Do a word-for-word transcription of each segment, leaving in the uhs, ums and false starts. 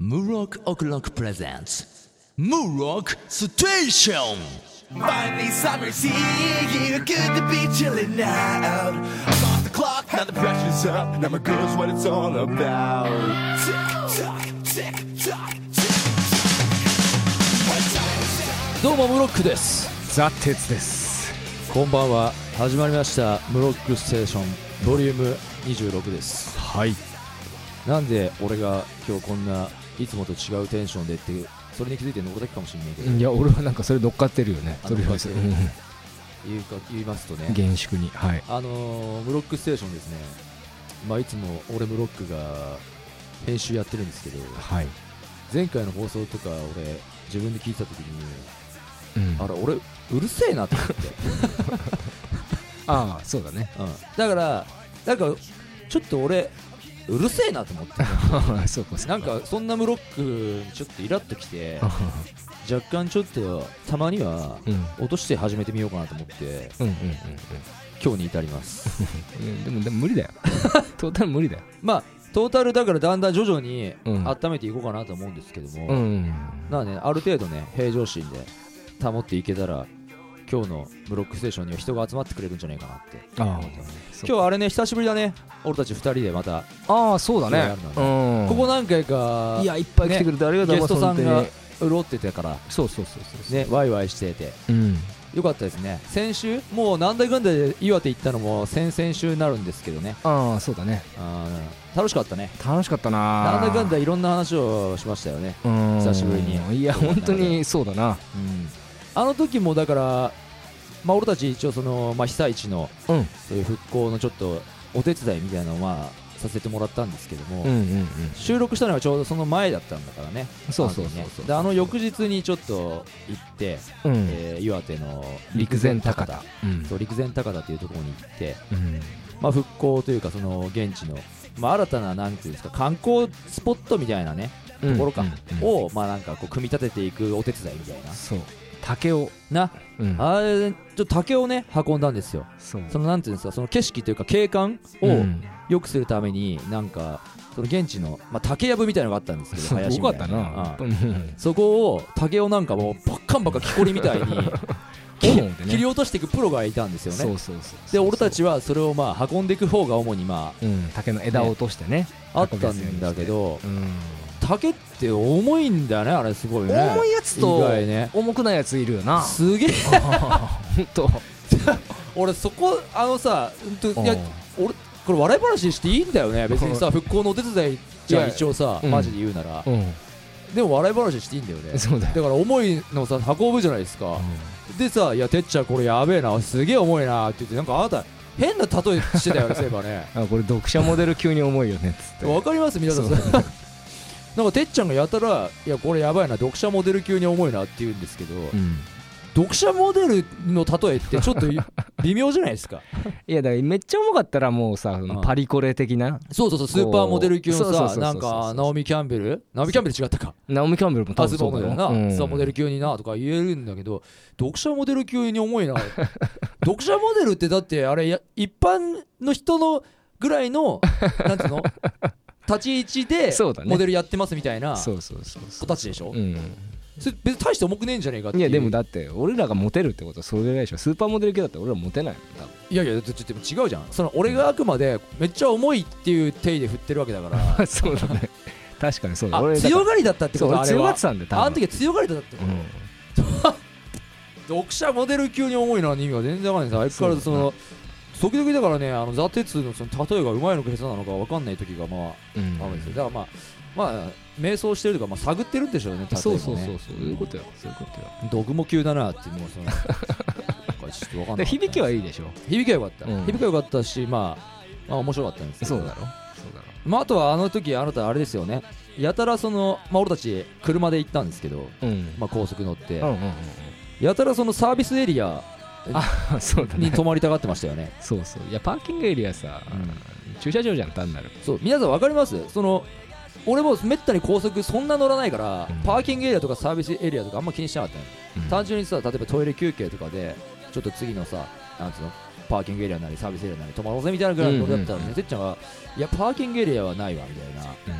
Murok O'Clock presents Murok Station. Finally summer's here, good to be chilling out. I'm off the clock, now the pressure's up. Now my girl's what it's all about. Tick tock, tick tock, tick tock. どうもムロックです。 ザ・テツです。 こんばんは。始まりましたムロックステーションボリュームにじゅうろくです。 はい。 なんで俺が今日こんないつもと違うテンションでって、それに気づいてるの俺だけかもしれないけど、 いや俺はなんかそれ乗っかってるよね。とりあえず言うか言いますとね、 厳粛に、はい、 あのー、ムロックステーションですね。まあいつも俺ムロックが編集やってるんですけど、 はい、 前回の放送とか俺自分で聞いてた時に、 うん、 あれ俺うるせえなと思ってああそうだね、 うん、だからなんかちょっと俺うるせえなと思ってそうかそうか、 なんかそんなムロックちょっとイラッときて若干ちょっとたまには落として始めてみようかなと思って、うんうんうんうん、今日に至りますでもでも無理だよトータル無理だよ。 まあトータルだからだんだん徐々に温めていこうかなと思うんですけども、うんうん、なあね、ある程度ね平常心で保っていけたら今日のムロックステーションには人が集まってくれるんじゃないかなって思ってます。今日あれね久しぶりだね、俺たちふたりでまた。 ああそうだね、 うん、ここ何回かいやいっぱい来てくれてありがとうございます。 ゲストさんが潤ってたから、 そうそうそうそうね、ワイワイしてて、 うん、 よかったですね。先週もうなんだかんだで岩手行ったのも先々週になるんですけどね。 ああそうだね、 あ楽しかったね。 楽しかったな。 なんだかんだいろんな話をしましたよね、久しぶりに。 いや本当にそうだな、 うん、あの時もだからまあ、俺たち一応その、まあ、被災地の、うん、そういう復興のちょっとお手伝いみたいなのを、まあ、させてもらったんですけども、うんうんうん、収録したのはちょうどその前だったんだからね。 そうそうそうそう。 であの翌日にちょっと行って、うん、えー、岩手の陸前高田、 うん、そう陸前高田というところに行って、うん、まあ、復興というかその現地の、まあ、新たななんていうんですか観光スポットみたいなねところか、うんうんうん、を、まあ、なんかこう組み立てていくお手伝いみたいな。 そう竹をな、うん、あれちょっと竹をね運んだんですよ。そそのなんていうんですか、その景色というか景観を良くするために、なんかその現地の、まあ、竹やぶみたいなのがあったんですけど、 林みたいな、 ああそこを竹をなんかもうバッカンバカ木こりみたいに切り落としていくプロがいたんですよね。そうそうそう。で俺たちはそれをまあ運んでいく方が主にまあ、 うん、竹の枝を落としてね、 あったんだけど、うん、竹って重いんだよね、あれすごいね。 重いやつと重くないやついるよな。 すげえ本当俺そこあのさ、いや俺これ笑い話していいんだよね別にさ、復興のお手伝いじゃあ一応さ、マジで言うなら、うん、でも笑い話していいんだよね。 そうだよ。 だから重いのさ運ぶじゃないですか、うん、でさ、いやてっちゃんこれやべえな、すげえ重いなって言って、なんかあなた変な例えしてたよねそういえばねあ、これ読者モデル急に重いよねっつって。 わかります皆さんなんかてっちゃんがやたら、いやこれやばいな、読者モデル級に重いなって言うんですけど、うん、読者モデルの例えってちょっと微妙じゃないですかいやだからめっちゃ重かったらもうさ、パリコレ的な、 そうそうそう、スーパーモデル級のさ、なんかナオミ・キャンベルナオミ・キャンベル違ったか、 ナオミ・キャンベルも多分そうだよな、 うん、スーパーモデル級になとか言えるんだけど、読者モデル級に重いな読者モデルってだってあれや一般の人のぐらいのなんていうの立ち位置でモデルやってますみたいな子たちでしょ。それ別に大して重くねえんじゃねえかっていう。 いやでもだって俺らがモテるってことはそれぐらいでしょ。スーパーモデル系だって俺らモテないもん。 いやいやだってちょっと違うじゃん。その俺があくまでめっちゃ重いっていう体で振ってるわけだからそうだね確かにそうだ。 俺強がりだったってこと。あれは強がってたんだよ多分。 あの時は強がりだったってこと、うん、読者モデル級に重いのは意味が全然わかんないです。相変わらずその時々だからね、あのザ・テツのその例えがうまいのか下手なのか分かんない時がまあ、うん、あるんですよ。だからまあまあ迷走してるとか、まあ、探ってるんでしょうね。例えばね、 そうそうそうそう、そういうことよ、そういうことよ。 ドグモ級だなってもうそのちょっと分かんない。 響きはいいでしょ。 響きは良かった、うん、響きは良かったし、まあ、まあ面白かったんですけど。 そうだろそうだろ。 まああとはあの時あなたあれですよね、やたらそのまあ俺たち車で行ったんですけど、うん、まあ高速乗って、うんうんうんうん、やたらそのサービスエリアあそうだね、 に泊まりたがってましたよねそうそう。いやパーキングエリアさ、うん、駐車場じゃん単なる。 そう皆さん分かります。その俺もめったに高速そんな乗らないから、うん、パーキングエリアとかサービスエリアとかあんま気にしなかったの、うん、単純にさ、例えばトイレ休憩とかでちょっと次のさ、なんつうのパーキングエリアなりサービスエリアなり泊まろうぜみたいなぐらいの乗りだったらね、てっちゃんがいやパーキングエリアはないわみたいな、うん、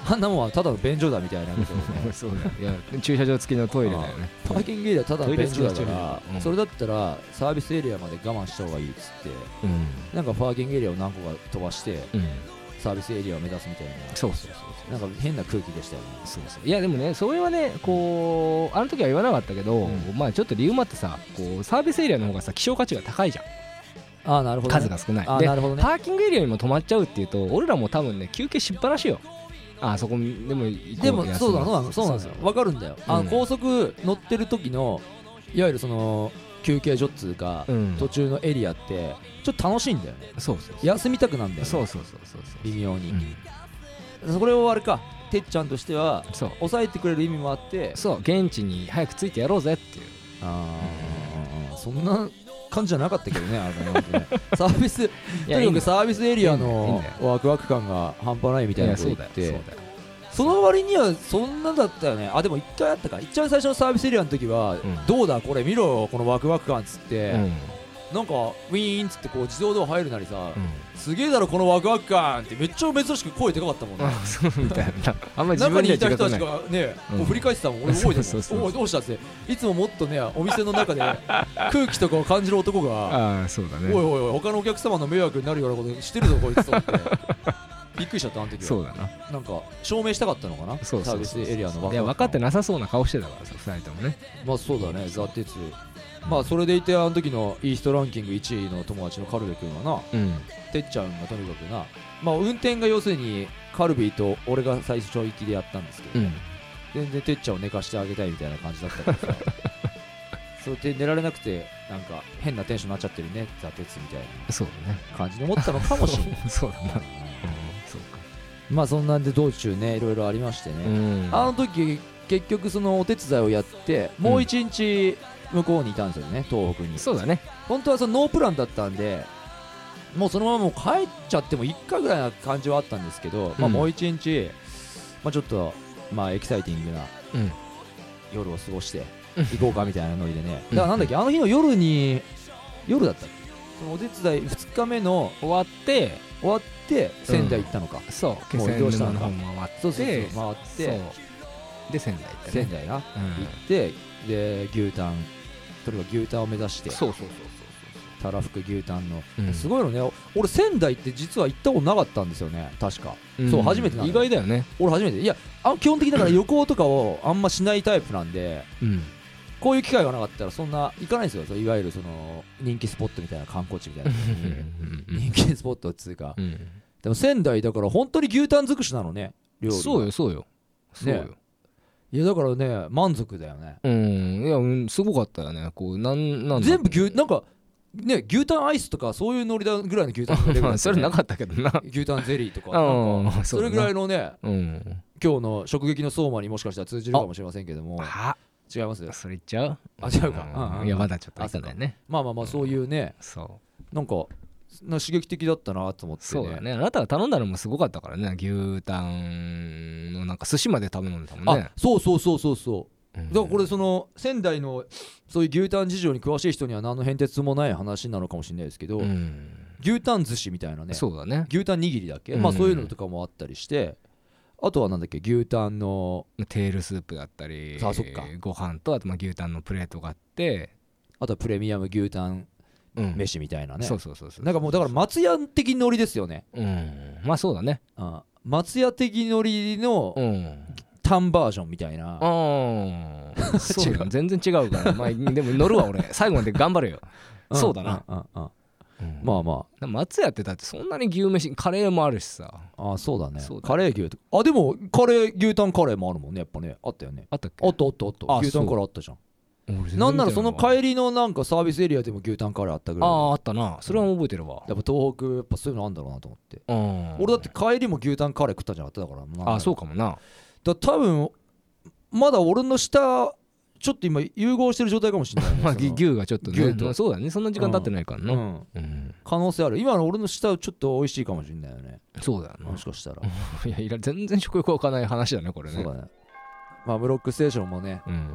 あんなもんはただの便所だみたいなことをねそうだいや駐車場付きのトイレだよね。 パーキングエリアただの便所だかトイレら、 付きのそれだったらサービスエリアまで我慢した方がいいっつってうんなんかパーキングエリアを何個か飛ばしてうんサービスエリアを目指すみたいなそうそうそうなんか変な空気でしたよね。 そうそういやでもねそれはねこうあの時は言わなかったけど、 うんまあちょっと理由もあってさこうサービスエリアの方がさ希少価値が高いじゃん。 ああなるほど、ね、 数が少ないあでなるほどね。 パーキングエリアにも止まっちゃうっていうと俺らも多分ね休憩しっぱなしよ。ああそこでも行こうでもそうだ休むそうなのそうなんですよわかるんだよ、あのうん高速乗ってる時のいわゆるその休憩所っつうか、 うん途中のエリアってちょっと楽しいんだよね。 そうそうそう休みたくなんだよねそうそうそうそうそう微妙に、 うんそれをあれかてっちゃんとしてはそう抑えてくれる意味もあってそう現地に早く着いてやろうぜっていうあーそんな感じじゃなかったけどねあれね本当ねサービスとにかくサービスエリアいいんのだよワクワク感が半端ないみたいなこと言ってそうだよその割にはそんなだったよね。あでも一回あったか一番最初のサービスエリアの時は、 んどうだこれ見ろこのワクワク感っつって、 うんなんかウィーンっつってこう自動ドア入るなりさ、 うんすげえだろこのワクワク感ってめっちゃ珍しく声でかかったもんね。 あそうみたいなあんまり自中にい分でた人たちは違くないがね、 うんこう振り返ってたもん俺覚えてるもんそうそうそうおいどうしたっていつももっとねお店の中で空気とかを感じる男がああそうだねおいおいおい他のお客様の迷惑になるようなことしてるぞこいつと思ってびっくりしちゃったあの時は。 そうだななんか証明したかったのかなそうそうそうサービスエリアのワクワク感いや分かってなさそうな顔してたからさふたりともねまあそうだねザ・鉄まあそれでいてあの時のイーストランキングいちいの友達のカルベ君はなうんてっちゃんがとにかくなまあ運転が要するにカルビーと俺が最初行きでやったんですけど、 うん全然てっちゃんを寝かしてあげたいみたいな感じだったからさそれで寝られなくてなんか変なテンションになっちゃってるねザ・鉄みたいそうだねな感じに思ったのかもしれないそうだなうんそうかまあそんなんで道中ねいろいろありましてね、 うんあの時結局そのお手伝いをやってもう一日向こうにいたんですよね東北に。 そうだね本当はそのノープランだったんでもうそのままもう帰っちゃってもいっかぐらいな感じはあったんですけど、まあもう一日、まあ、ちょっとまあエキサイティングなうん夜を過ごして行こうかみたいなノリでねだからなんだっけあの日の夜に夜だったっけそのお手伝いふつかめの終わって終わって仙台行ったのか、 そうもう移動したのか気仙沼の方回ってそうそうそう回ってそうで仙台行ったね仙台な、 うん行ってで牛タンとにかく牛タンを目指してそうそうそうたらふく牛タンの、 うんすごいのね俺仙台って実は行ったことなかったんですよね確か、そう初めてなの意外だよね俺初めていやあ基本的にだから旅行とかをあんましないタイプなんでうんこういう機会がなかったらそんな行かないんですよそういわゆるその人気スポットみたいな観光地みたいな人気スポットっつうか、 うんでも仙台だから本当に牛タン尽くしなのね料理がそうよそうよそうよいやだからね満足だよねうんいやうんすごかったよねこうなんなんだ全部牛なんかね牛タンアイスとかそういうノリだぐらいの牛タンのレベルだったよねそれなかったけどな牛タンゼリーとかうんなんかそれぐらいののねうん今日の食撃の相馬にもしかしたら通じるかもしれませんけどもあ違いますよそれ言っちゃうあ違うかうんうんうんいやまだちょっと後だよねまあまあまあそういうねそうなんかな刺激的だったなと思ってねそうだねあなたが頼んだのもすごかったからね牛タンのなんか寿司まで頼んでたもんねあそうそうそうそうそううんだからこれその仙台のそういう牛タン事情に詳しい人には何の変哲もない話なのかもしれないですけど、 うん牛タン寿司みたいなねそうだね牛タン握りだっけ、 うんまあそういうのとかもあったりしてあとはなんだっけ牛タンのテールスープだったりあそっかご飯とあとまあ牛タンのプレートがあってあとはプレミアム牛タンうん飯みたいなね、 そうそうそうそうなんかもうだから松屋的ノリですよね、 うんまあそうだねうん、松屋的ノリのうんタンバージョンみたいな、 ああそうだ全然違うからまあでも乗るわ俺最後まで頑張るようんそうだなうんうんうんうんまあま松屋ってだってそんなに牛飯カレーもあるしさああそうだねそうだねカレー牛とあでもカレー牛タンカレーもあるもんねやっぱねあったよねあったっけあったあったあったあ牛タンカレーあったじゃん俺全然なんならその見てないわ帰りのなんかサービスエリアでも牛タンカレーあったぐらいあああったなそれは覚えてるわやっぱ東北やっぱそういうのあんだろうなと思ってうん俺だって帰りも牛タンカレー食ったんじゃなかっただからあそうかかもなだ多分まだ俺の下ちょっと今融合してる状態かもしれないねまあその牛がちょっとね牛とまあそうだねそんな時間経ってないからうなんうん可能性ある今の俺の下ちょっと美味しいかもしれないよねそうだよなもしかしたらいやいら全然食欲湧かない話だねこれねそうだねまあブロックステーションもねうん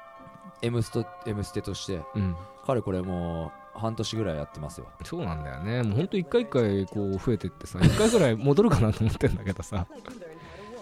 「M スト」「M ステ」としてうんかれこれもう半年ぐらいやってますよそうなんだよねもうほんと一回一回こう増えてってさ一回ぐらい戻るかなと思ってんだけどさ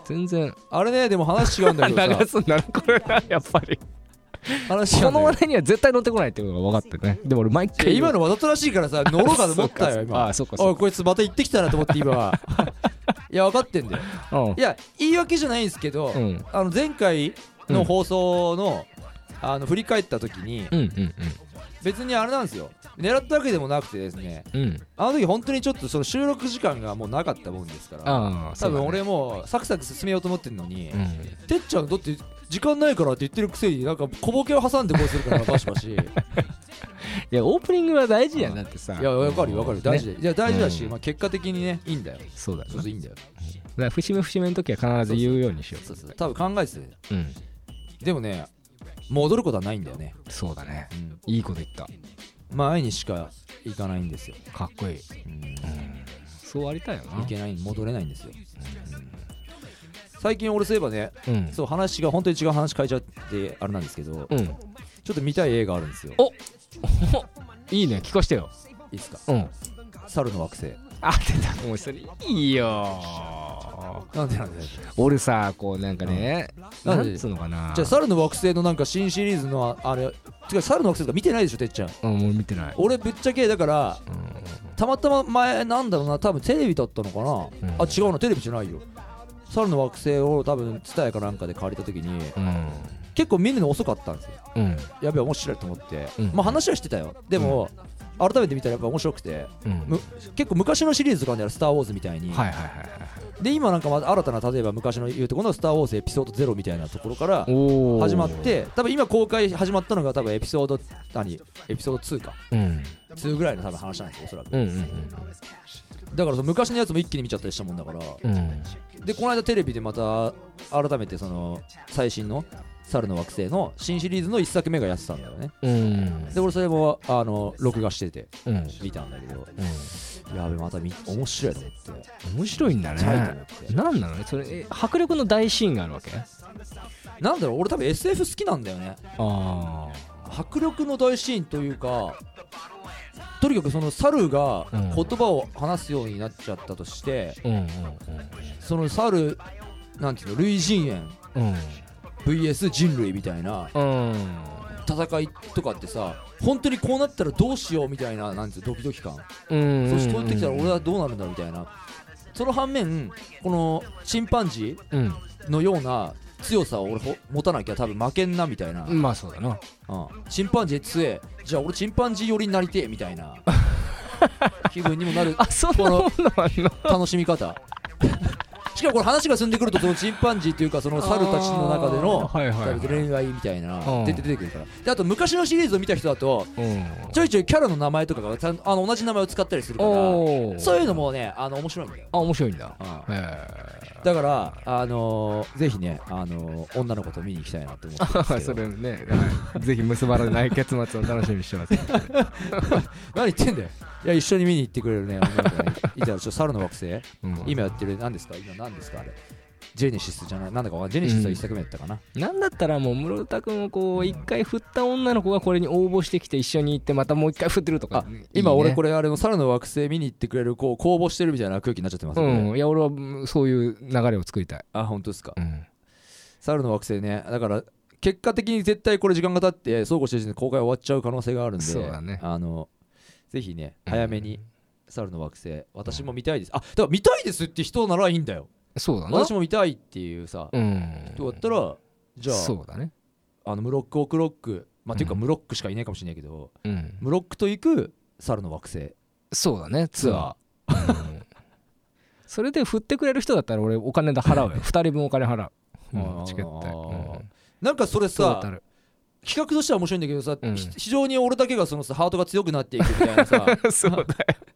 全然あれねでも話違うんだけどさ流すんだなこれはやっぱり話違うんだよこの話題には絶対乗ってこないってことが分かってね。でも俺毎いや回今のわざとらしいからさ乗ろうかと思ったよ今。 あそうかそうかおいこいつまた行ってきたなと思って今はいや分かってんだよ。 うんいや言い訳じゃないんですけど、 うんあの前回の放送の、あの振り返った時に、 うんうん別にあれなんですよ狙ったわけでもなくてですね、 うんうんあの時本当にちょっとその収録時間がもうなかったもんですからああ多分俺もうサクサク進めようと思ってんのに、 うんてっちゃんだって時間ないからって言ってるくせになんか小ボケを挟んでこうするからバシバシいいやオープニングは大事やなってさ。 や分かるよ分かる大事だよ、いや大事だし、 うんまあ、結果的にねいいんだよ。 そうだよな。 そうそういいんだよ。 だから節目節目の時は必ず言うようにしよそうそう多分考えてたよ。 う。うんでもね戻ることはないんだよね、 そうだね。 うん、 いいこと言った。 前にしか行かないんですよ、 かっこいい。 うん、 うんそうありたいよな。 行けない戻れないんですよ、うん最近俺そういえばねうんそう話が本当に違う話変えちゃってあれなんですけど、 うんちょっと見たい映画あるんですよ。 おいいね聞かしてよ。 いいっすか。 うん猿の惑星。 あ出たもうそれいいよ。 なんでなんで俺さこうなんかねうんなんつうのかな。 じゃあ猿の惑星のなんか新シリーズのああれてか猿の惑星とか見てないでしょてっちゃん。 うんもう見てない。 俺ぶっちゃけだからうんたまたま前なんだろうな多分テレビだったのかな、 うんあ違うなテレビじゃないよ。猿の惑星を多分ツタヤかなんかで借りた時にうん結構見るの遅かったんですよ。 うんやべえ面白いと思って、 うんまあ話はしてたよ。でも、改めて見たらやっぱ面白くて、 うんむ結構昔のシリーズとかあるんだよスター・ウォーズみたいに、 はいはいはいはい。 で今なんかまた新たな例えば昔の言うとこのスター・ウォーズエピソードゼロみたいなところからおー始まって多分今公開始まったのが多分エピソード何エピソードツーかうんツーぐらいの多分話なんですよおそらく。 うんうんだからその昔のやつも一気に見ちゃったりしたもんだからうんうんでこの間テレビでまた改めてその最新の猿の惑星の新シリーズのいっさくめがやってたんだよね。 うんで俺それもあの録画しててうん見たんだけどうんやべまた見面白いと思って面白いんだチャイとね。 思ってなんなのねそれえ迫力の大シーンがあるわけ。 なんだろう俺多分 エスエフ 好きなんだよね。 あ迫力の大シーンというかとにかくその猿がうん言葉を話すようになっちゃったとして、 あうんうんその猿なんていうの類人猿 ブイエス 人類みたいなうんうん戦いとかってさ本当にこうなったらどうしようみたいななんていうのドキドキ感、 うんそして通ってきたら俺はどうなるんだろうみたいなその反面このチンパンジうんーのような強さを俺ほ持たなきゃ多分負けんなみたいな、 うんまあそうだな。 うん、チンパンジー強えじゃあ俺チンパンジー寄りになりてえみたいな気分にもなるあそんなものあんの。 楽しみ方しかもこれ話が進んでくるとそのチンパンジーというかその猿たちの中でのあーはいはいはい恋愛みたいなうん出て出てくるからであと昔のシリーズを見た人だとうんちょいちょいキャラの名前とかがちゃんあの同じ名前を使ったりするからおーそういうのもねあの面白いんだよ、 あ面白いんだ。 うんへだからあのーぜひねあのー女の子と見に行きたいなと思ってるんですえ。 けそどれね、はいぜひ結ばれない結末を楽しみにしてます。 何言ってんだよいや一緒に見に行ってくれるね女の子がいたらちょっと猿の惑星うん今やってる何ですか今何ですかあれジェネシスじゃないなんだかわかんないジェネシスは一作目やったかな、 なんだったらもう室田君をこう一回振った女の子がこれに応募してきて一緒に行ってまたもう一回振ってるとかあ今俺これれあれの猿の惑星見に行ってくれるこう公募してるみたいな空気になっちゃってますうよね、 んいや俺はうんそういう流れを作りたい。 あ本当ですか、 うん猿の惑星ねだから結果的に絶対これ時間が経ってそうこうしてる時点で公開終わっちゃう可能性があるんでそうだねあのぜひねうん早めに猿の惑星私も見たいですあだから見たいですって人ならいいんだよそうだな。 私も見たいっていうさうんどうやったらじゃあそうだね。 あのムロックオクロックまあていうかうんムロックしかいないかもしれないけどうんムロックと行く猿の惑星そうだねツアー。うんそれで振ってくれる人だったら俺お金で払うよ。二人分お金払う。うんチケット代。うんなんかそれさそうだったら企画としては面白いんだけどさ、 うんひ非常に俺だけがそのさハートが強くなっていくみたいなさそうだよ。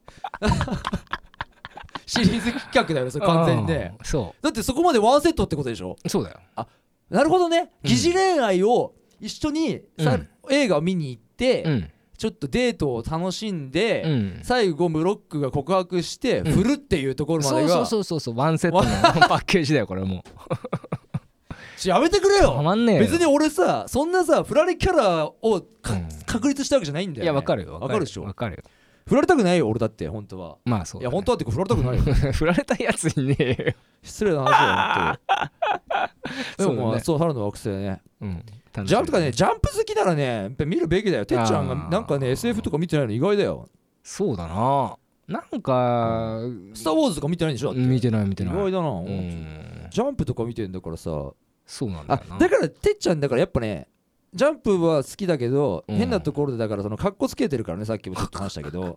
シリーズ企画だよねそれ完全にねうんそだってそこまでワンセットってことでしょうそうだよ。 なるほどねうん疑似恋愛を一緒にさ、 うん映画を見に行って、 うんちょっとデートを楽しんで、 うん最後ムロックが告白してうん振るっていうところまそうでが、 そうそうそうそうワンセットのパッケージだよこれもちょやめてくれうたよまんねえよ別に俺さそんなさ振られキャラをか、 うん確立したわけじゃないんだよ、ね、 いやわかるよわかるでしょわかるよ振られたくないよ俺だって本当はまあそうだねいや本当はってか振られたくないよ振られたやつにねえよ失礼な話だよ本でもまあそうだねそう春の惑星ねうん楽しみジャンプとかねジャンプ好きならねやっぱ見るべきだよ。てっちゃんがあーなんかね エスエフ とか見てないの意外だよ。 そうだななんかスター・ウォーズとか見てないんでしょ。だって見てない見てない意外だな、 うんジャンプとか見てんだからさ。 そうなんだあよなだからてっちゃんだからやっぱねジャンプは好きだけど、 うん変なところでだからそのカッコつけてるからね。さっきもちょっと話したけど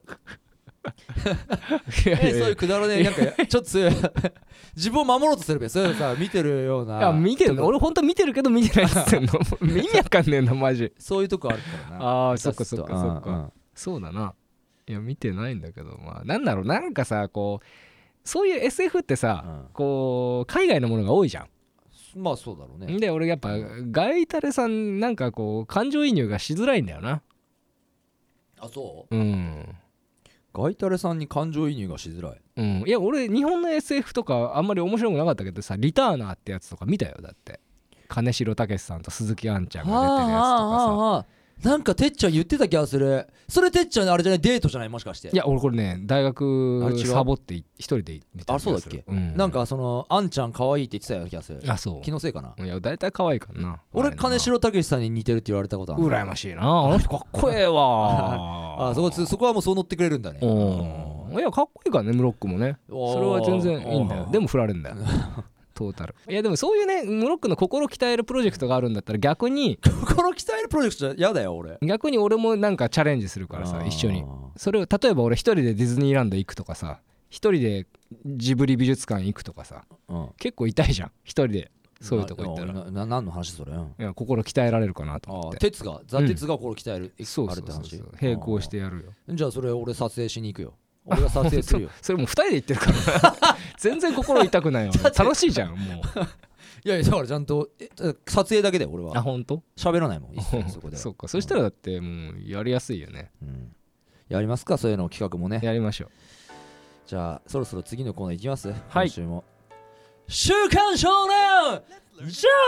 いやいやいやえそういうくだらねえなんかちょっとそういう自分を守ろうとするべそういうさ見てるようないや見てるのとこ俺ほんと見てるけど見てないっつってんの意味わかんねえなマジそういうとこあるからな。 あーそっかそっかそっうんうんかそうだないや見てないんだけどまあなんだろうなんかさこうそういう エスエフ ってさ、 うんこう海外のものが多いじゃんまあそうだろうね。 で俺やっぱガイタレさんなんかこう感情移入がしづらいんだよなあそううんガイタレさんに感情移入がしづらい。 うんいや俺日本の エスエフ とかあんまり面白くなかったけどさリターナーってやつとか見たよだって金城武さんと鈴木杏ちゃんが出てるやつとかさああなんかてっちゃん言ってた気がする。それてっちゃんあれじゃないデートじゃないもしかして。 いや俺これね大あ学れ違うサボって一人で見たあそうだっけ、 うん、 なんかそのあんちゃん可愛いって言ってたような気がする。 あそう気のせいかな。 いや大体可愛いからな俺金城武さんに似てるって言われたことある。 羨ましいなあの人かっこええわあそこそこはもうそう乗ってくれるんだね。 うんいやかっこいいからねムロックもねおーそれは全然いいんだよでも振られるんだよトータルいやでもそういうねムロックの心鍛えるプロジェクトがあるんだったら逆に心鍛えるプロジェクトじゃ嫌だよ俺。 逆に俺もなんかチャレンジするからさ一緒にそれを例えば俺一人でディズニーランド行くとかさ一人でジブリ美術館行くとかさうん結構痛いじゃん一人でそういうとこ行ったらなな何の話それ。うんいや心鍛えられるかなと思あって鉄がザ鉄が心鍛える、 そうあれって話そうそうそう並行してやるよあーじゃあそれ俺撮影しに行くよ。俺が撮影するよそれもう二人で行ってるから全然心痛くないよ楽しいじゃんもういやいやだからちゃんとえ撮影だけで俺あは本当喋らないもん一切そこではそっかそしたらだってもうやりやすいよねうんやりますかそういうの企画もね。 やりましょうじゃあそろそろ次のコーナーいきます。 はい今週も週刊少年ジャ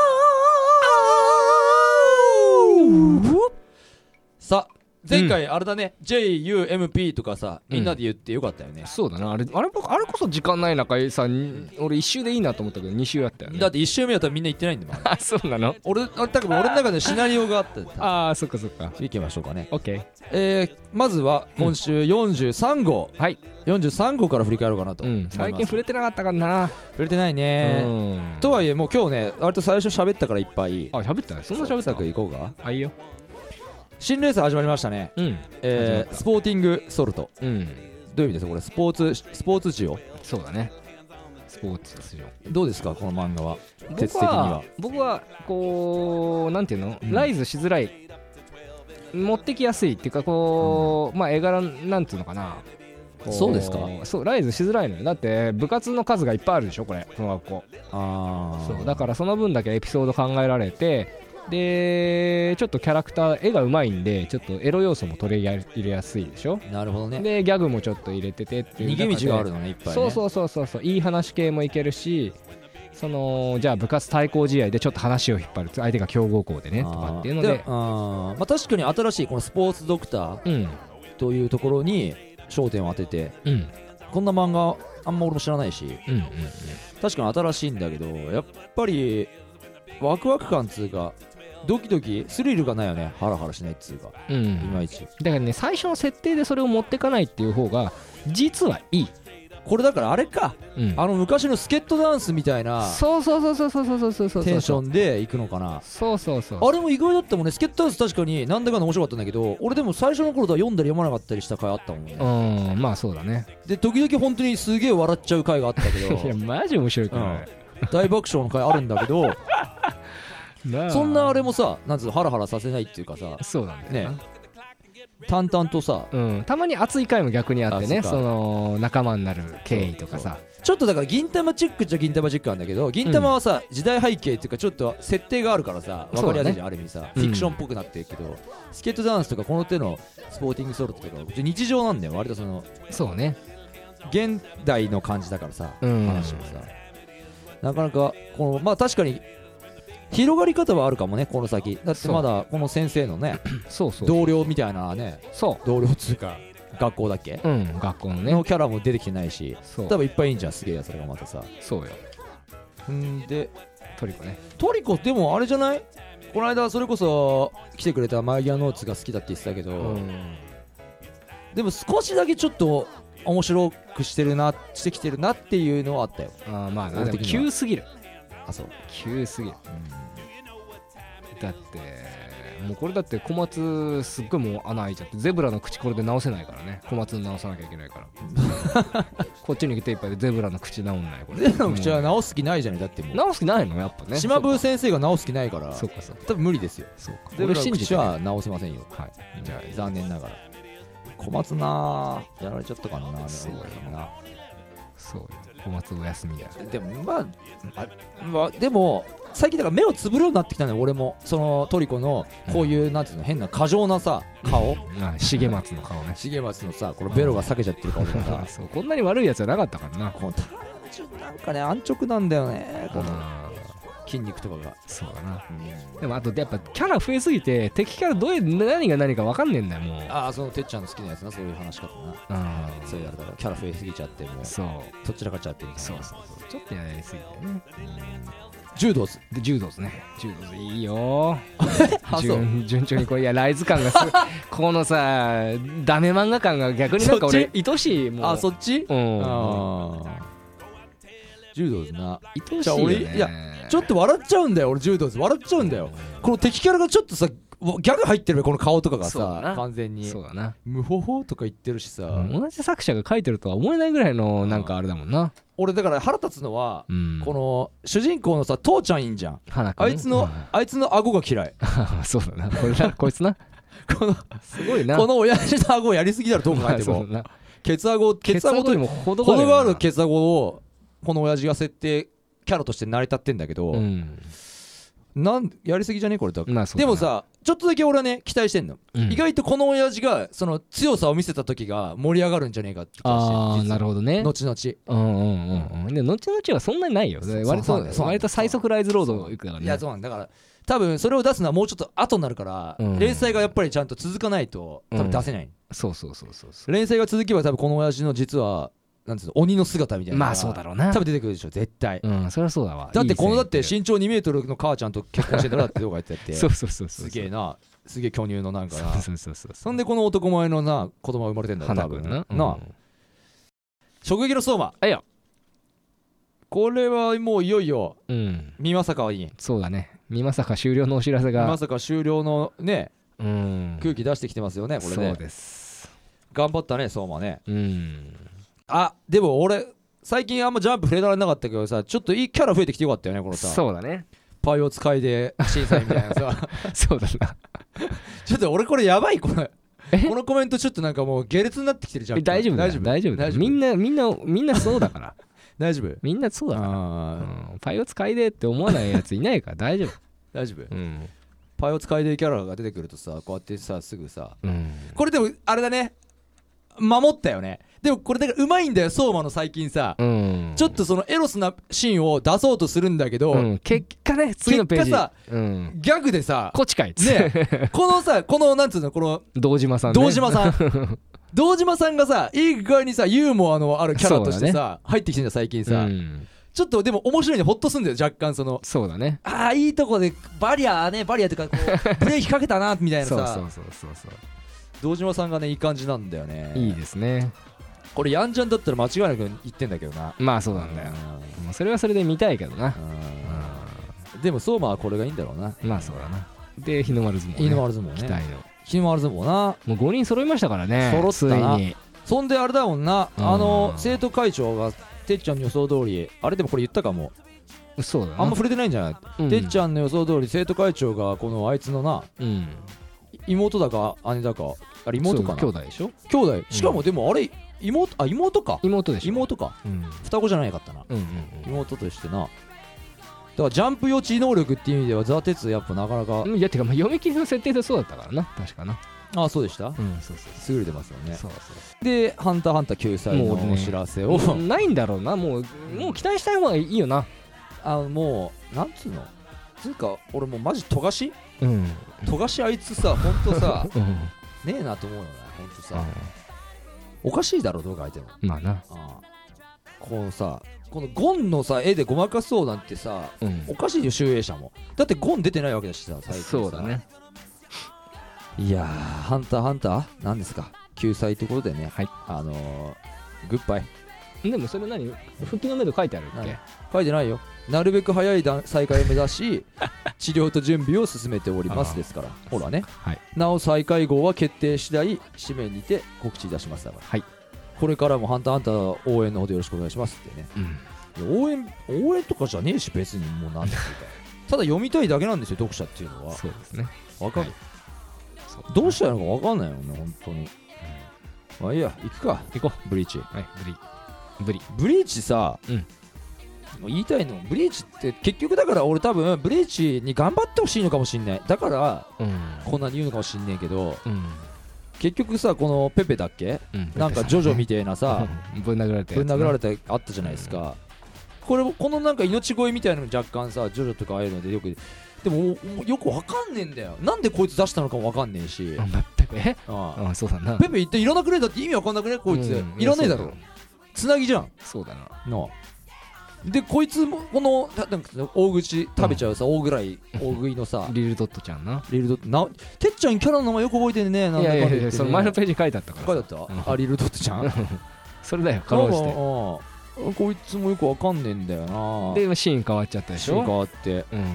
ンプさあ前回あれだね、ジェイユーエムピー とかさみんなで言ってよかったよね。 そうだなあれあれあれこそ時間ない中さに俺一周でいいなと思ったけど二周やったよねだっていち週目だったらみんな言ってないんだもん。 あそうなの俺あ多分俺の中でシナリオがあってああそっかそっかいきましょうかね。 オッケーえー、まずは今週よんじゅうさん号、 はいよんじゅうさん号から振り返ろうかなとう思います。 ん最近触れてなかったからな触れてないね、 うんとはいえもう今日ね割と最初喋ったからいっぱいあ喋ったねそんな喋ったサクサクいこうか。 あいいよ新レース始まりましたね、 うんえー、 始まったスポーティングソルト。 うんどういう意味ですかこれ。スポーツスポーツジオそうだねスポーツですよどうですかこの漫画は。鉄僕は的には僕はこうなんていうの、 うんライズしづらい持ってきやすいっていうかこう、まあ絵柄なんていうのかなこそうですか。 そうライズしづらいのよだって部活の数がいっぱいあるでしょこれこの学校あーそうだからその分だけエピソード考えられてでちょっとキャラクター絵がうまいんでちょっとエロ要素も取り入れやすいでしょなるほどね。 でギャグもちょっと入れててっていう逃げ道があるののねいっぱいね。 そうそうそうそうそういい話系もいけるしそのじゃあ部活対抗試合でちょっと話を引っ張る相手が強豪校でねとかっていうのであーまあ確かに新しいこのスポーツドクターうんというところに焦点を当ててうんこんな漫画あんま俺も知らないしうんうん確かに新しいんだけどやっぱりワクワク感つうかドキドキスリルがないよね。ハラハラしないっつうかうんうんいまいち。 だからね最初の設定でそれを持ってかないっていう方が実はいい、 これだからあれかうん、 あの昔のスケットダンスみたいなそうそうそうそうそうそうそうそうテンションでいくのかな。 そうそうそうあれも意外だったもんね。スケットダンス確かになんだかんだ面白かったんだけど俺でも最初の頃とは読んだり読まなかったりした回あったもんね。 うんまあそうだねで時々本当にすげえ笑っちゃう回があったけどいやマジ面白いから、ね大爆笑の回あるんだけどなあそんなあれもさなんつうのハラハラさせないっていうかさそうなんだよなね淡々とさうん、たまに熱い回も逆にあってねあそうかその仲間になる経緯とかさちょっとだから銀玉チックっちゃ銀玉チックなんだけど銀玉はさ、時代背景っていうかちょっと設定があるからさ分かりやすいじゃん、ある意味さ、 うんフィクションっぽくなってるけどスケートダンスとかこの手のスポーティングソルトとか日常なんだよ割とそのそうね現代の感じだからさ、 うん話もさなかなかこのまあ確かに広がり方はあるかもねこの先だってまだこの先生のねそうそう同僚みたいなねそ同僚っつうか学校だっけ、 ううん学校のねのキャラも出てきてないしそう多分いっぱいいいんじゃんすげえやつらがまたさそうよんでトリコね。 トリコでもあれじゃない？この間それこそ来てくれたマイギアノーツが好きだって言ってたけど、 うん、 でも少しだけちょっと面白くしてるなしてきてるなっていうのはあったよ。 あまあな、でも急すぎる。 あそう急すぎる、うん、だってもうこれだって小松すっごいもう穴開いちゃってゼブラの口これで直せないからね。小松に直さなきゃいけないからこっちに来ていっぱいでゼブラの口直んない。これゼブラの口は直す気ないじゃない。だってもう直す気ないのやっぱね。 島風先生が直す気ないからそうかそうか多分無理ですよ。 そうかゼブラの口は直せませんよ。 はい、 じゃあ残念ながら小松なやられちゃったかな。 そうよな。そうよ小松お休みだよ。 でもまあ、まあ、でも最近だから目をつぶるようになってきたのよ俺も。そのトリコのこういう、うん、なんていうの変な過剰なさ顔重松の顔ね。 重松のさこのベロが裂けちゃってる顔とかさそうこんなに悪いやつじゃなかったからな。 この単純なんかね安直なんだよねこの筋肉とかが。 そうだな、うん、でもあとやっぱキャラ増えすぎて敵キャラどういう何が何か分かんねえんだよもう。 ああそのてっちゃんの好きなやつなそういう話し方な。うんそういうあれだからキャラ増えすぎちゃってもうそうどちらかっちゃってる。 そうそうそうちょっとやりすぎてね。 柔道ズで柔道ズね。柔道ズいいよあそう順順調にこういやライズ感がすこのさダメ漫画感が逆になんか俺愛しいもう。 あそっちうんあ柔道ズな愛しいよね。 俺いやちょっと笑っちゃうんだよ俺柔道ズ笑っちゃうんだよ。この敵キャラがちょっとさギャグ入ってるべこの顔とかがさ完全にそうだなムホホとか言ってるしさ、 うん、同じ作者が書いてるとは思えないぐらいのなんかあれだもんな。 俺だから腹立つのは、うん、この主人公のさ父ちゃんいいんじゃん。あいつの、うん、あいつの顎が嫌いそうだなこれなこいつなこのすごいなこの親父の顎やりすぎだろどう考えてもケツ顎ケツ顎とも程があるケツ顎をこの親父が設定キャラとして成り立ってんだけど、うん、なんやりすぎじゃねこれと、まあ、でもさちょっとだけ俺はね期待してんの、うん、意外とこの親父がその強さを見せた時が盛り上がるんじゃねえかって気がして。 ああなるほどね。 後々 うんうんうん、で後々はそんなにないよ。割と割と最速ライズロード行くからね。 いやそうなんだから多分それを出すのはもうちょっと後になるから、うん、連載がやっぱりちゃんと続かないと多分出せない、うん、 そうそうそうそう連載が続けば多分この親父の実はなんつうの鬼の姿みたいなまあそうだろうな多分出てくるでしょ絶対。 うんそりゃそうだわ。 だってこのだって身長にメートルの母ちゃんと結婚してんだろだって動画やってやってそうそうそうそうすげえなすげえ巨乳のなんかな。 そうそうそうそうそんでこの男前のな子供が生まれてんだよ多分な、うん、なあ直撃の相馬あいやこれはもういよいよ、うん、美まさかはいい。 そうだね美まさか終了のお知らせが美まさか終了のね、うん、空気出してきてますよねこれね。 そうです頑張ったね相馬ね。 うんあでも俺最近あんまジャンプ触れられなかったけどさちょっといいキャラ増えてきてよかったよねこのさ。 そうだねパイを使いで審査員みたいなさそうだなちょっと俺これやばいこれこのコメントちょっとなんかもう下劣になってきてるじゃん。 大丈夫大丈夫大丈夫大丈夫みんなみんなみんなそうだから大丈夫みんなそうだから、うん、パイを使いでって思わないやついないから大丈夫大丈夫、 うん、 パイを使いでキャラが出てくるとさこうやってさすぐさ、 うん、 これでもあれだね守ったよね。でもこれだからうまいんだよ相馬の最近さ、うん、ちょっとそのエロスなシーンを出そうとするんだけど、うん、 結果ね次のページ結果さ、うん、ギャグでさこっちかいっつねこのさこのなんつうのこの堂島さんね堂島さん堂島さんがさいい具合にさユーモアのあるキャラとしてさ、ね、入ってきてんだ最近さ、うん、ちょっとでも面白いねホッとすんだよ若干そのそうだねああいいとこでバリアねバリアとかこうブレーキかけたなみたいなさそうそうそうそうそう堂島さんがねいい感じなんだよね。 いいですねこれヤンジャンだったら間違いなく言ってんだけどな。 まあそうなんだよ、うん、それはそれで見たいけどな、 うん、でも相馬はこれがいいんだろうな。 まあそうだな。で日の丸相撲、ね、 日の丸相撲ね期待の日の丸相撲なもうごにん揃いましたからね。 揃ったなついに。 そんであれだもんな、あの生徒会長がてっちゃんの予想通りあれでもこれ言ったかもそうだなあんま触れてないんじゃない、うん、てっちゃんの予想通り生徒会長がこのあいつのな、うん、妹だか姉だかあれ妹かな兄弟でしょ兄弟しかもでもあれ妹あ妹か妹でしょ妹か、うん、双子じゃないかったな、 うんうんうん、 妹としてなだからジャンプ予知能力っていう意味ではザ・テツやっぱなかなかいやてかまあ読み切りの設定でそうだったからな確かなああそうでした、 うんそうそう優れてますよね。 そうそうでハンターハンター救済のお知らせを、 ね、ないんだろうなもうもう期待したい方がいいよな。 あのもうなんつうのつうか俺もうマジ富樫うん富樫あいつさほんとさ、うん、ねえなと思うよなほんとさ、うん、おかしいだろどうか相手もまあなあこのさこのゴンのさ絵でごまかそうなんてさ、 うん、 おかしいよ集英社も。だってゴン出てないわけだしさ最近さ。 そうだね。 いやーハンターハンターなんですか救済ってことでね、 はい、 あのー、グッバイ。 でもそれ何復帰のめど書いてあるっけ？ 書いてないよ。なるべく早い再開を目指し治療と準備を進めておりますですからほらね、 はい、 なお再開号は決定次第紙面にて告知いたしますだから、 はい、 これからもハンターハンター応援のほどよろしくお願いしますってね、うん、いや応援応援とかじゃねえし別にもうなんていうかただ読みたいだけなんですよ読者っていうのは。 そうですね。 わかる、 はい、 どうしたらいいのかわかんないよね本当に、うん、まあいいや行くか行こうブリーチ。 はいブリブリブリーチさ、うん、言いたいのブリーチって結局だから俺多分ブリーチに頑張ってほしいのかもしんないだから、うん、こんなに言うのかもしんねえけど、うん、結局さこのペペだっけ、うん、なんかジョジョみたいなさぶん殴られてぶん殴られてあったじゃないですか、うん、これこのなんか命乞いみたいなの若干さジョジョとかああいうのでよくでもよくわかんねえんだよなんでこいつ出したのかもわかんねえしペペあああそうだなペペ言っていらなくねえだって意味わかんなくねこいつ、うん、いらねえだろつなぎじゃん。 そうだななでこいつもこのなんか大口食べちゃうさ、うん、大ぐらい大食いのさリルドットちゃんなリルドットなてっちゃんキャラの名前よく覚えてるね。なんだかんだ言ってね。いやいやいやその前のページに書いてあったから書いてあった、うん、あリルドットちゃんそれだよかろうじてこいつもよくわかんねえんだよな。 でシーン変わっちゃったでしょ。 シーン変わって、うん、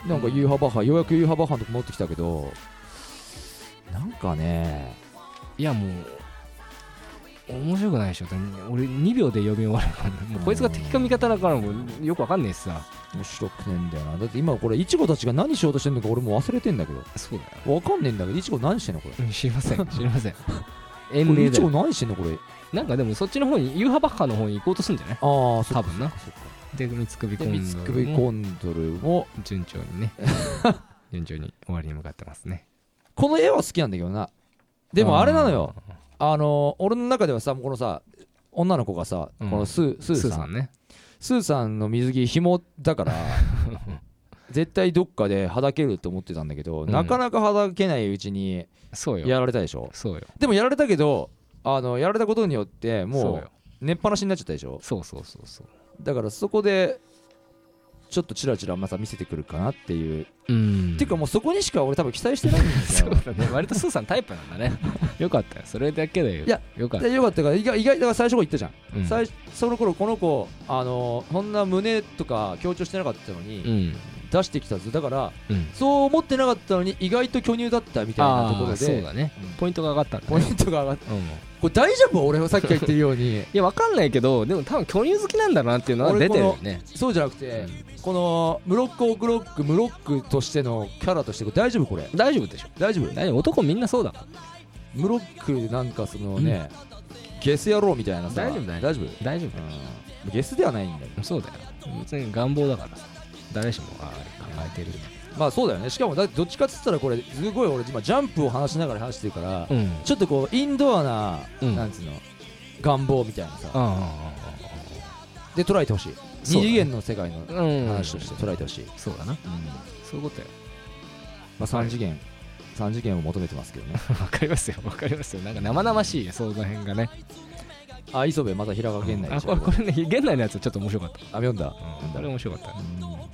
なんかユーハバハようやくユーハバハのとこ持ってきたけどなんかねいやもう面白くないでしょ。俺にびょうで読み終わるからもうこいつが敵か味方だからもうよくわかんねえしさ面白くねえんだよな。だって今これイチゴたちが何しようとしてんのか俺もう忘れてんだけど。 そうだよわかんねえんだけどイチゴ何してんのこれ。 知りません知りませんこれイチゴ何してんのこれ。 なんかでもそっちの方にユーハバッハの方に行こうとするんじゃない。ああ多分な。で三つ首コンドルも三つ首コンドルも順調にね順調に終わりに向かってますね。 この絵は好きなんだけどな。でもあれなのよあの俺の中ではさこのさ女の子がさ、うん、このスー、スーさん、スーさんねスーさんの水着紐だから絶対どっかではだけると思ってたんだけど、うん、なかなかはだけないうちにやられたでしょ。 そうよ。 でもやられたけどあのやられたことによってもう寝っぱなしになっちゃったでしょ。 そうそうそうそう。 だからそこでちょっとチラチラまた見せてくるかなっていう。うんっていうかもうそこにしか俺多分期待してないんですよ。 そうだね割とスーさんタイプなんだねよかったよそれだけでよ。 いやよかったよかったから意外意外だから最初こ言ったじゃん、うん、最その頃この子あのそんな胸とか強調してなかったのに、うん、出してきたぞだから、うん、そう思ってなかったのに意外と巨乳だったみたいなところでそうだね、うん、ポイントが上がったんだ、ね、 ポイントが上がった、うん、これ大丈夫俺はさっき言ってるようにいやわかんないけどでも多分巨乳好きなんだなっていうのは出てるよね。 そうじゃなくて、うん、このムロックオクロックムロックとしてのキャラとしてこれ大丈夫これ大丈夫でしょ。 大丈夫大丈夫男みんなそうだムロックなんかそのね、うん、ゲス野郎みたいなさ大丈夫大丈夫大丈夫、 うん、ゲスではないんだよ。 そうだよ別に願望だからさ誰しもあ考えてる。 まあそうだよね。しかもだってどっちかっつったらこれすごい俺今ジャンプを話しながら話してるから、うん、ちょっとこうインドアな、うん、なんつうの願望みたいなさ、うん、で捉えてほしい、ね、二次元の世界の話として捉えてほしい、うん、 そうだな、うん、そういうことよ。 まあ三次元三次元を求めてますけどねわかりますよわかりますよ。なんか生々しいよその辺がね。 あ磯部また平賀源内、うん、 あこれこれね源内のやつちょっと面白かった。あ読んだ、 うん、これ面白かった、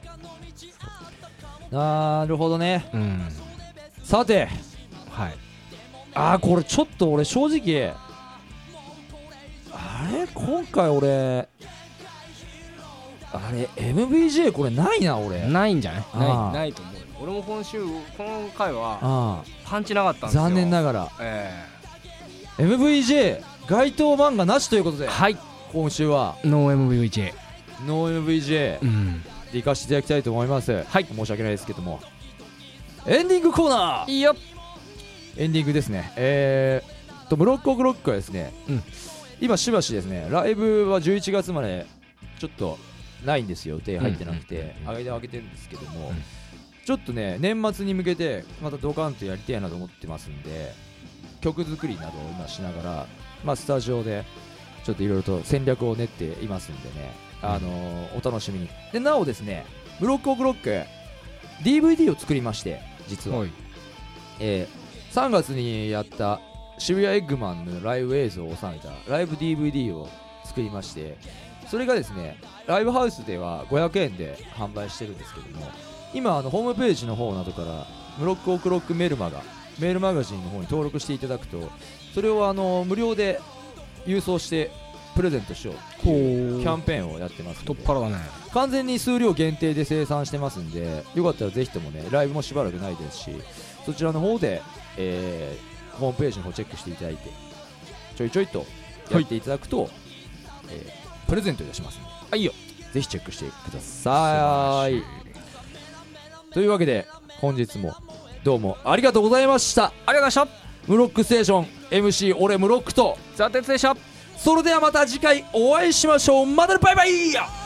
うん、なるほどね、うん、さてはいあーこれちょっと俺正直あれ今回俺あれ エムブイジェー これないな俺ないんじゃないないないと思う。俺も今週この回はパンチなかったんですよ残念ながら、えー、エムブイジェー 該当漫画なしということで、 はい、 今週はノー エムブイジェーノー エムブイジェー、うん、でいかせていただきたいと思います。はい申し訳ないですけどもエンディングコーナーいいよ。エンディングですね。えーとムロックオクロックはですね、うん、今しばしですねライブはじゅういちがつまでちょっとないんですよ。手入ってなくて、うん、間開けてるんですけども、うん、ちょっとね年末に向けてまたドカンとやりたいなと思ってますんで曲作りなどを今しながら、まあ、スタジオでちょっといろいろと戦略を練っていますんでね、あのー、お楽しみに。でなおですねブロックオクロック ディーブイディー を作りまして実は、はいえー、さんがつにやった渋谷エッグマンのライブ映像を収めたライブ ディーブイディー を作りまして、それがですねライブハウスではごひゃくえんで販売してるんですけども、今あのホームページの方などからムロックオクロックメルマガメールマガジンの方に登録していただくと、それをあの無料で郵送してプレゼントしようっていうキャンペーンをやってますので、 太っ腹だね。 完全に数量限定で生産してますんで、よかったらぜひともね、ライブもしばらくないですし、そちらの方で、えー、ホームページの方チェックしていただいてちょいちょいとやっていただくと、はい、えー、プレゼントいたしますので、 あ、いいよ、 ぜひチェックしてください。というわけで本日もどうもありがとうございました。 ありがとうございました。 ムロックステーション エムシー 俺ムロックとザ・テツでした。 それではまた次回お会いしましょう。またね、バイバイ。